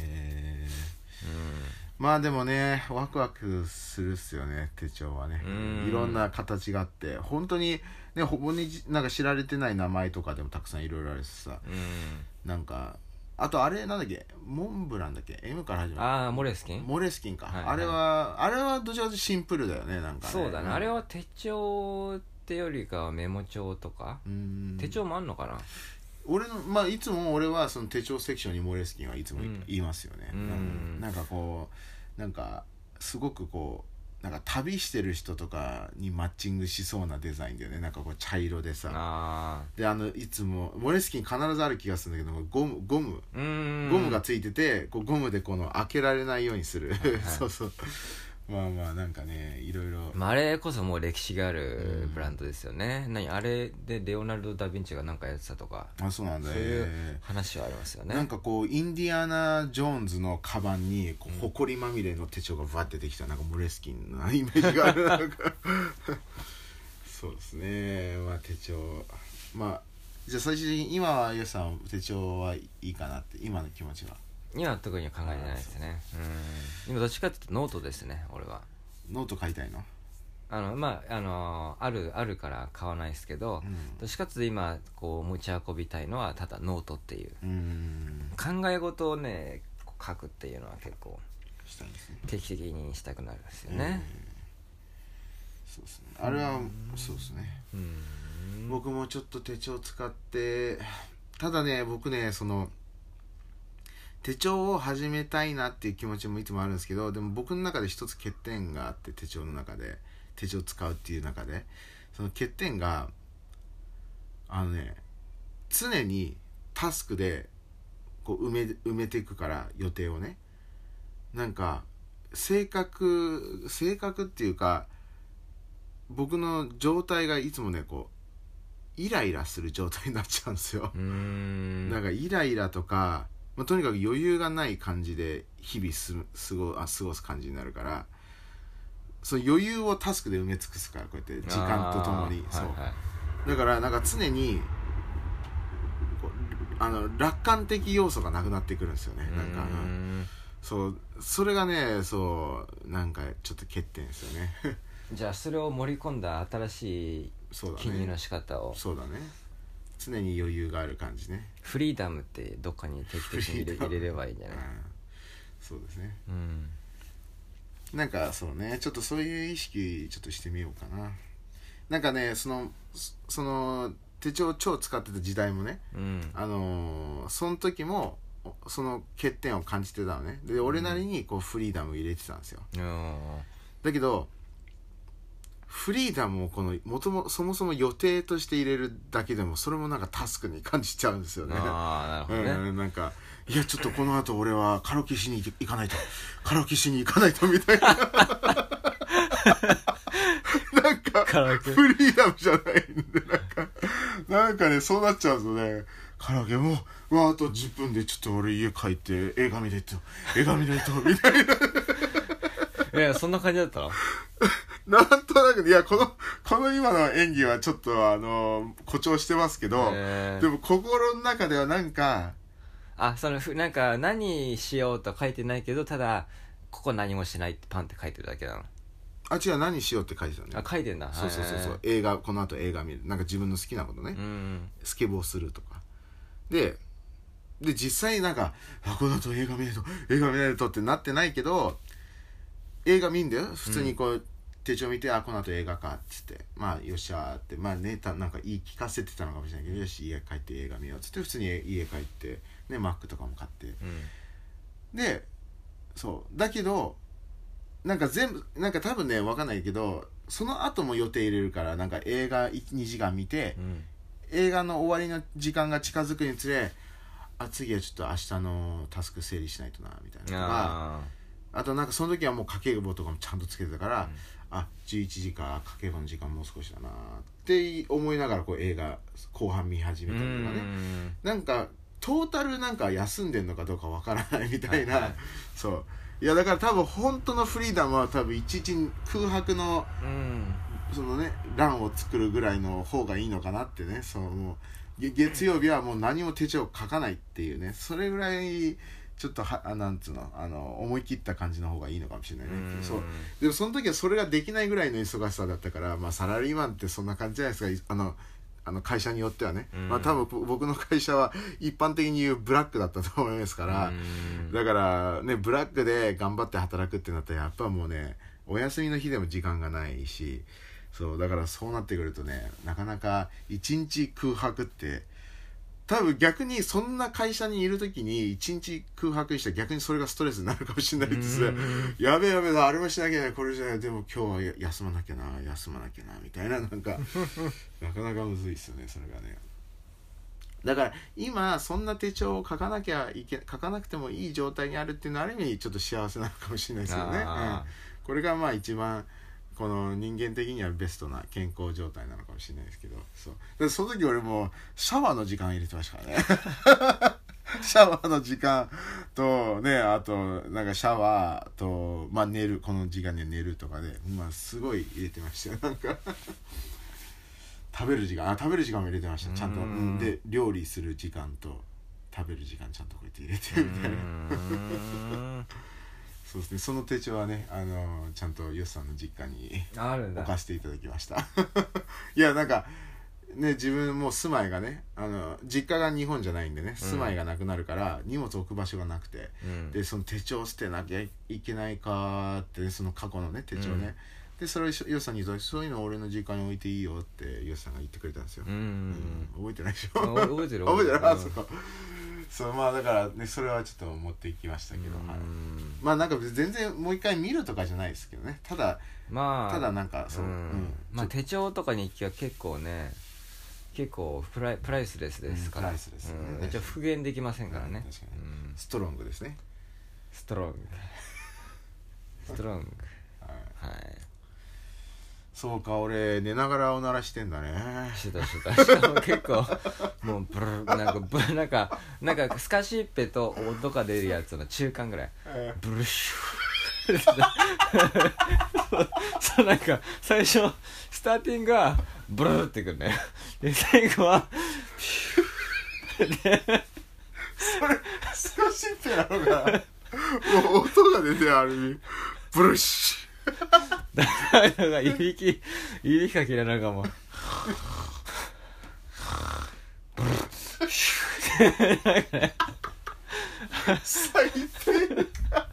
でもねワクワクするっすよね手帳はね。いろんな形があって本当にね、ほぼ日なんか知られてない名前とかでもたくさんいろいろあるしさ、なんかあとあれなんだっけ、モンブランだっけ、 M から始まる。 モレスキンか、 あれはどちらかというとシンプルだよね、なんかね。 そうだね、あれは手帳ってよりかはメモ帳とか。手帳もあんのかな。 俺のいつも俺はその手帳セクションにモレスキンはいつも言いますよね。なんかこうなんかすごくこうなんか旅してる人とかにマッチングしそうなデザインだよね。なんかこう茶色でさ、でいつもモレスキン必ずある気がするんだけど、ゴムがついてて、こうゴムでこの開けられないようにする、そうそう、なんかねいろいろ、 あれこそもう歴史があるブランドですよね。あれでレオナルド・ダ・ヴィンチがなんかやってたとか、 そうなんだよ、 そういう話はありますよね。 なんかこうインディアナ・ジョーンズのカバンにこう埃まみれの手帳がバッてできた、なんかモレスキンなイメージがあるなんかそうですね。手帳じゃあ最終的に今はゆうさん手帳はいいかなって今の気持ちは。 今は特には考えてないですね。今どっちかっていうとノートですね。俺はノート買いたいの。 あるから買わないですけど、どっちかっていうと今こう持ち運びたいのはただノートっていう、考え事をね書くっていうのは結構したいですね。 定期的にしたくなるんですよね。 そうですね。あれはそうですね。僕もちょっと手帳使って、ただね僕ねその手帳を始めたいなっていう気持ちもいつもあるんですけど、でも僕の中で一つ欠点があって、手帳の中で手帳使うっていう中でその欠点が常にタスクでこう埋めていくから、予定をね、なんか性格っていうか僕の状態がいつもねこうイライラする状態になっちゃうんですよ。なんかイライラとか、とにかく余裕がない感じで日々過ごす感じになるから、その余裕をタスクで埋め尽くすから、こうやって時間とともに、そう、だからなんか常に楽観的要素がなくなってくるんですよね。なんかそれがねなんかちょっと欠点ですよねじゃあそれを盛り込んだ新しい記入の仕方を。 そうだね、常に余裕がある感じね。 フリーダムってどっかに定期的に入れればいいんじゃない。 そうですね。なんかそうね、ちょっとそういう意識ちょっとしてみようかな。なんかねその手帳超使ってた時代もね、その時もその欠点を感じてたのね。で俺なりにこうフリーダム入れてたんですよ。だけどフリーダムをそもそも予定として入れるだけでもそれもなんかタスクに感じちゃうんですよね。 なるほどね。 なんかいやちょっとこの後俺はカラオケしに行かないとみたいななんかフリーダムじゃないんで、なんかねそうなっちゃうんですよね。カラオケもあと10分でちょっと俺家帰って映画見ないとみたいな。 いやそんな感じだったのなんとなく、いやこの今の演技はちょっと誇張してますけど、でも心の中ではなんかなんか何しようと書いてないけど、ただここ何もしないってパンって書いてるだけなの？ あ、違う、何しようって書いてたんだよ。 書いてんだ。 そうそうそうそう、映画、この後映画見る、なんか自分の好きなことね、スケボーするとかで実際なんかこの後映画見るとってなってないけど、映画見んだよ普通にこう、手帳見て、この後映画かっつって、まあよっしゃーって、まあね、なんか言い聞かせてたのかもしれないけど、よし家帰って映画見ようっつって普通に家帰ってね、マックとかも買って、でそうだけどなんか全部なんか多分ね分かんないけど、その後も予定入れるから、なんか映画 2時間見て、映画の終わりの時間が近づくにつれ、次はちょっと明日のタスク整理しないとなみたいなとか、あとなんかその時はもう家計簿とかもちゃんとつけてたから、11時か家計簿の時間もう少しだなって思いながらこう映画後半見始めたりとかね、なんかトータルなんか休んでんのかどうかわからないみたいな、そういやだから多分本当のフリーダムは多分一日空白の、そのね欄を作るぐらいの方がいいのかなってね、そうもう月曜日はもう何も手帳書かないっていうね、それぐらいちょっとなんつうの思い切った感じの方がいいのかもしれないね。そうでもその時はそれができないぐらいの忙しさだったから、まあサラリーマンってそんな感じじゃないですか。会社によってはね、まあ多分僕の会社は一般的に言うブラックだったと思いますから、だからねブラックで頑張って働くってなったらやっぱもうねお休みの日でも時間がないし、そうだからそうなってくるとね、なかなか一日空白って多分逆にそんな会社にいる時に一日空白にしたら逆にそれがストレスになるかもしれないですね。やべあれもしなきゃね、これじゃない、でも今日は休まなきゃなみたいな、なんかなかなかむずいっすよねそれがね。だから今そんな手帳を書かなくてもいい状態にあるっていうのはある意味ちょっと幸せなのかもしれないですよね。これがまあ一番この人間的にはベストな健康状態なのかもしれないですけど、その時俺もシャワーの時間入れてましたからねシャワーの時間とね、あとなんかシャワーとまあ寝る、この時間に寝るとかで、まあすごい入れてましたよ。なんか食べる時間も入れてました、ちゃんと。で料理する時間と食べる時間ちゃんとこうやって入れてみたいなそうですね、その手帳はねちゃんとヨスさんの実家に置かせていただきましたいやなんかね、自分も住まいがね実家が日本じゃないんでね、住まいがなくなるから荷物置く場所がなくて、でその手帳捨てなきゃいけないかって、ね、その過去のね手帳ね、でそれをヨスさんに言うと、そういうの俺の実家に置いていいよってヨスさんが言ってくれたんですよ。覚えてないでしょ覚えてるそうまあだからね、それはちょっと持っていきましたけど、まあなんか全然もう一回見るとかじゃないですけどね、ただなんかそう、 まあ手帳とか日記は結構プライスレスですから、めっちゃ復元できませんからね。 確かにストロングですね。 ストロングはい。 そうか、俺寝ながらおならしてんだね。 してたしかも結構もうブルなんかスカシッペと音が出るやつの中間ぐらい、ブルシュそうなんか最初スターティングはブルーってくるね、で最後はそれスカシッペなのかなもう音が出てある意味ブルシュだからいびきかけらなんかもう最低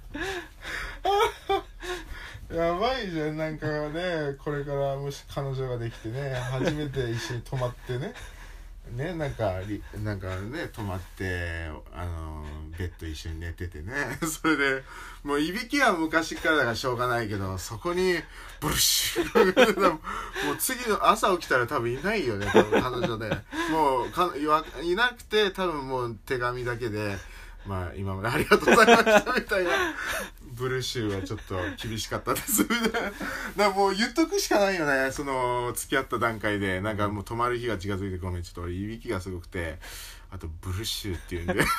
やばいじゃん。なんかね、これからもし彼女ができてね、初めて一緒に泊まってねなんかね泊まってベッド一緒に寝ててねそれでもういびきは昔からだからしょうがないけど、そこにブルッシュもう次の朝起きたら多分いないよね、多分彼女でもういなくて、多分もう手紙だけでまあ今までありがとうございましたみたいなブルーシューはちょっと厳しかったですみたいな。だからもう言っとくしかないよね、その付き合った段階で。なんかもう泊まる日が近づいて、ごめんちょっと俺いびきがすごくて、あとブルーシューっていうんで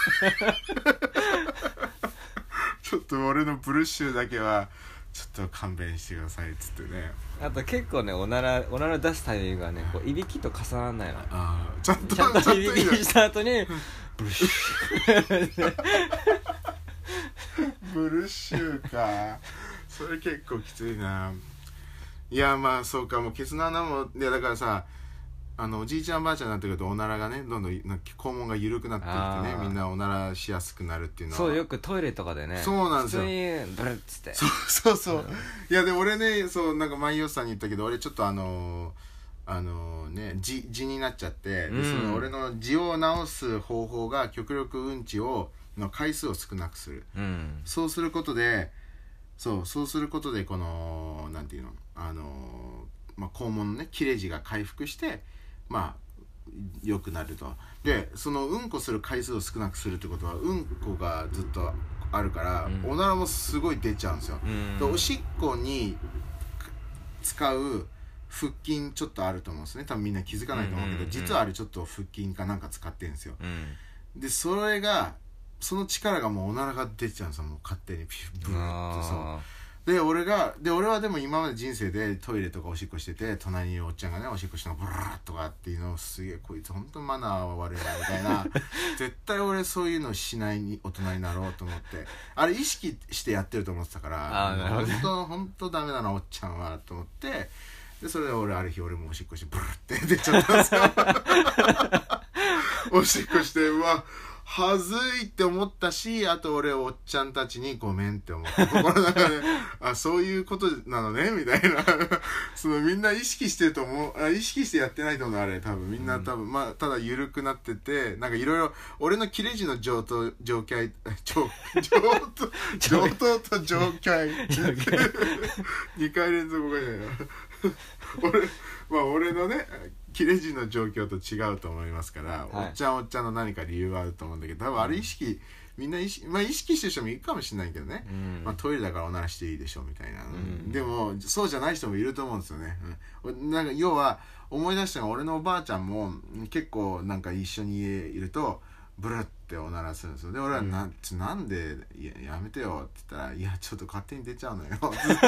ちょっと俺のブルーシューだけはちょっと勘弁してくださいっつってね。 あと結構ねおなら出すタイミングがね、こういびきと重ならないの。 ちゃんといびきした後にブルッシュブルッシュかそれ結構きついな。いやまあそうか、もうケツの穴も、いやだからさ、おじいちゃんばあちゃんになってくるとおならがねどんどん肛門が緩くなってきてね、みんなおならしやすくなるっていうのはそう、よくトイレとかでね、 そうなんですよ、 普通にブルッつって、 そう、いやで俺ね、そうなんかマイヨスさんに言ったけど、俺ちょっとね痔になっちゃって、でその俺の痔を治す方法が極力うんちをの回数を少なくする、そうすることでこのなんていうの肛門のね切れ痔が回復して良くなると。でそのうんこする回数を少なくするってことはうんこがずっとあるから、おならもすごい出ちゃうんですよ。でおしっこに使う腹筋ちょっとあると思うんですね。多分みんな気づかないと思うけど、実はあれちょっと腹筋かなんか使ってるんですよ。でその力がもうおならが出ちゃうんですよ、もう勝手にピュッブーッと。そうで俺はでも今まで人生でトイレとかおしっこしてて、隣におっちゃんがねおしっこしたのブラーッとかっていうのをすげえこいつ本当マナー悪いなみたいな絶対俺そういうのしない大人になろうと思って、あれ意識してやってると思ってたから、本当ダメだなおっちゃんはと思って、でそれで俺ある日俺もおしっこしてブルーって出ちゃったんですよおしっこして、うわはずいって思ったし、あと俺おっちゃんたちにごめんって思って心の中でそういうことなのねみたいなそのみんな意識してると思う、意識してやってないと思う、あれ多分みんな多分、ただ緩くなってて、なんかいろいろ俺の切れ痔の上等と上階2回連続がいないな俺のね切れ痔の状況と違うと思いますから、おっちゃんの何か理由があると思うんだけど、多分あれみんな意識してる人もいるかもしれないけどね、トイレだからおならしていいでしょみたいな、でもそうじゃない人もいると思うんですよね、なんか要は思い出したのが、俺のおばあちゃんも結構なんか一緒にいるとブルっておならするんですよ。で俺はなんで やめてよって言ったら、いやちょっと勝手に出ちゃうのよ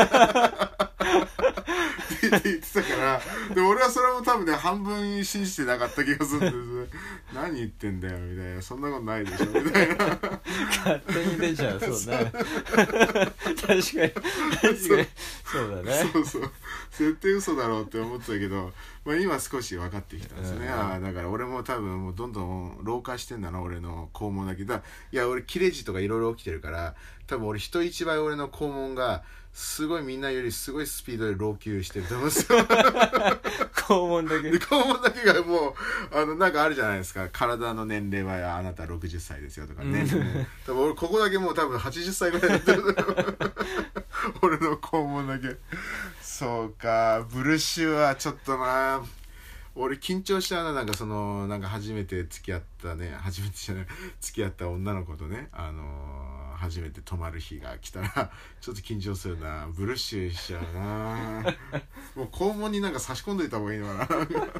って言ってたから、で俺はそれも多分ね半分信じてなかった気がするんです何言ってんだよみたいな、そんなことないでしょみたいな勝手に出ちゃう、そうね確かにそうだね、 そう絶対嘘だろうって思ってたけど、今少し分かってきたんですね、だから俺も多分もうどんどん老化してんだな俺の肛門だけど、いや俺切れ痔とかいろいろ起きてるから、多分俺人一倍俺の肛門がすごいみんなよりすごいスピードで老朽してると思うんですよ肛門だけがもうなんかあるじゃないですか、体の年齢はあなた60歳ですよとかね、多分俺ここだけもう多分80歳ぐらいになってる俺の肛門だけ。そうか、ブルッシュはちょっとな俺緊張しちゃうな。なんか初めて付き合った女の子とね、初めて泊まる日が来たらちょっと緊張するな、ブルッシュしちゃうなもう肛門になんか差し込んどいた方がいいのか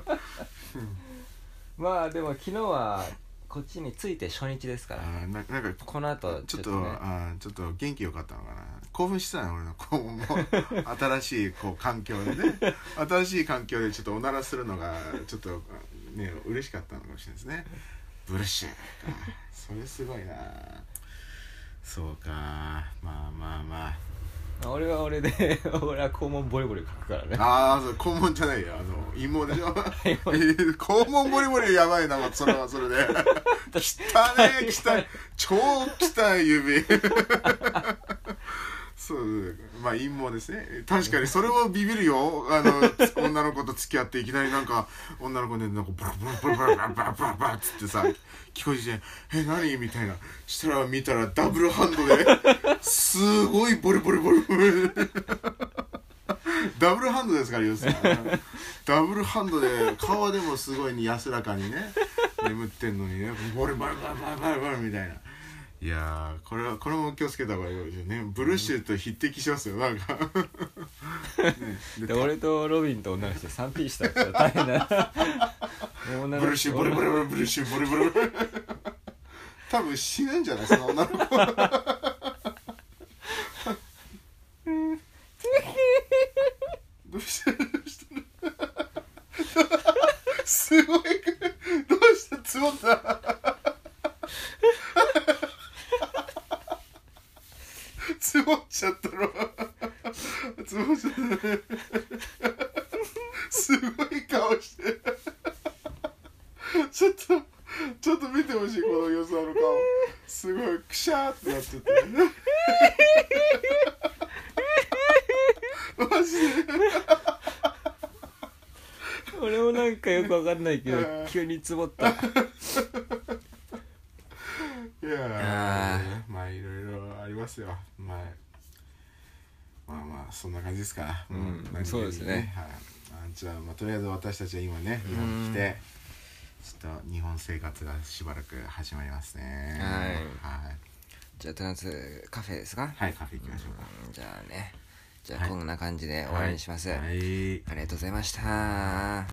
なでも昨日はこっちに着いて初日ですから、 なんかこの後ちょっと元気よかったのかな、興奮してたの俺の肛門も新しい環境でね新しい環境でちょっとおならするのがちょっとね嬉しかったのかもしれないですね。ブルッシュかそれすごいな。そうか、 俺は俺で俺は肛門ボリボリ書くからね。 そう肛門じゃないよ、陰毛でしょ肛門ボリボリやばいな、それはそれで汚い超汚い指そう陰毛ですね。確かにそれはビビるよ女の子と付き合っていきなりなんか女の子でなんかブラブラブラブラブラブラブラブラっつってさ聞こえて何みたいな、したら見たらダブルハンドですごいボリボリボリボリダブルハンドですから要するにダブルハンドで顔でもすごい安らかにね眠ってんのにねボリボリボリボリボリみたいな。いやこれも気をつけた方がいいですよね。ブルッシュと匹敵しますよなんかで俺とロビンと女の人 3P したら大変だブルッシュボリボリボリブルッシュボリボリボリ多分死ぬんじゃないその女の子どうしたすごいどうしたつぼったすごい顔してるちょっと見てほしい、このよさの顔。すごいくしゃーってなっちゃってマジで俺もなんかよくわかんないけど急につぼった。いやまあいろいろありますよ。まあそんな感じですか。 そうですね。 じゃあ、とりあえず私たちは今ね日本に来て、ちょっと日本生活がしばらく始まりますね。はい。 じゃあとりあえずカフェですか。 はい、カフェ行きましょうか。 じゃあこんな感じで終わりにします。ありがとうございました。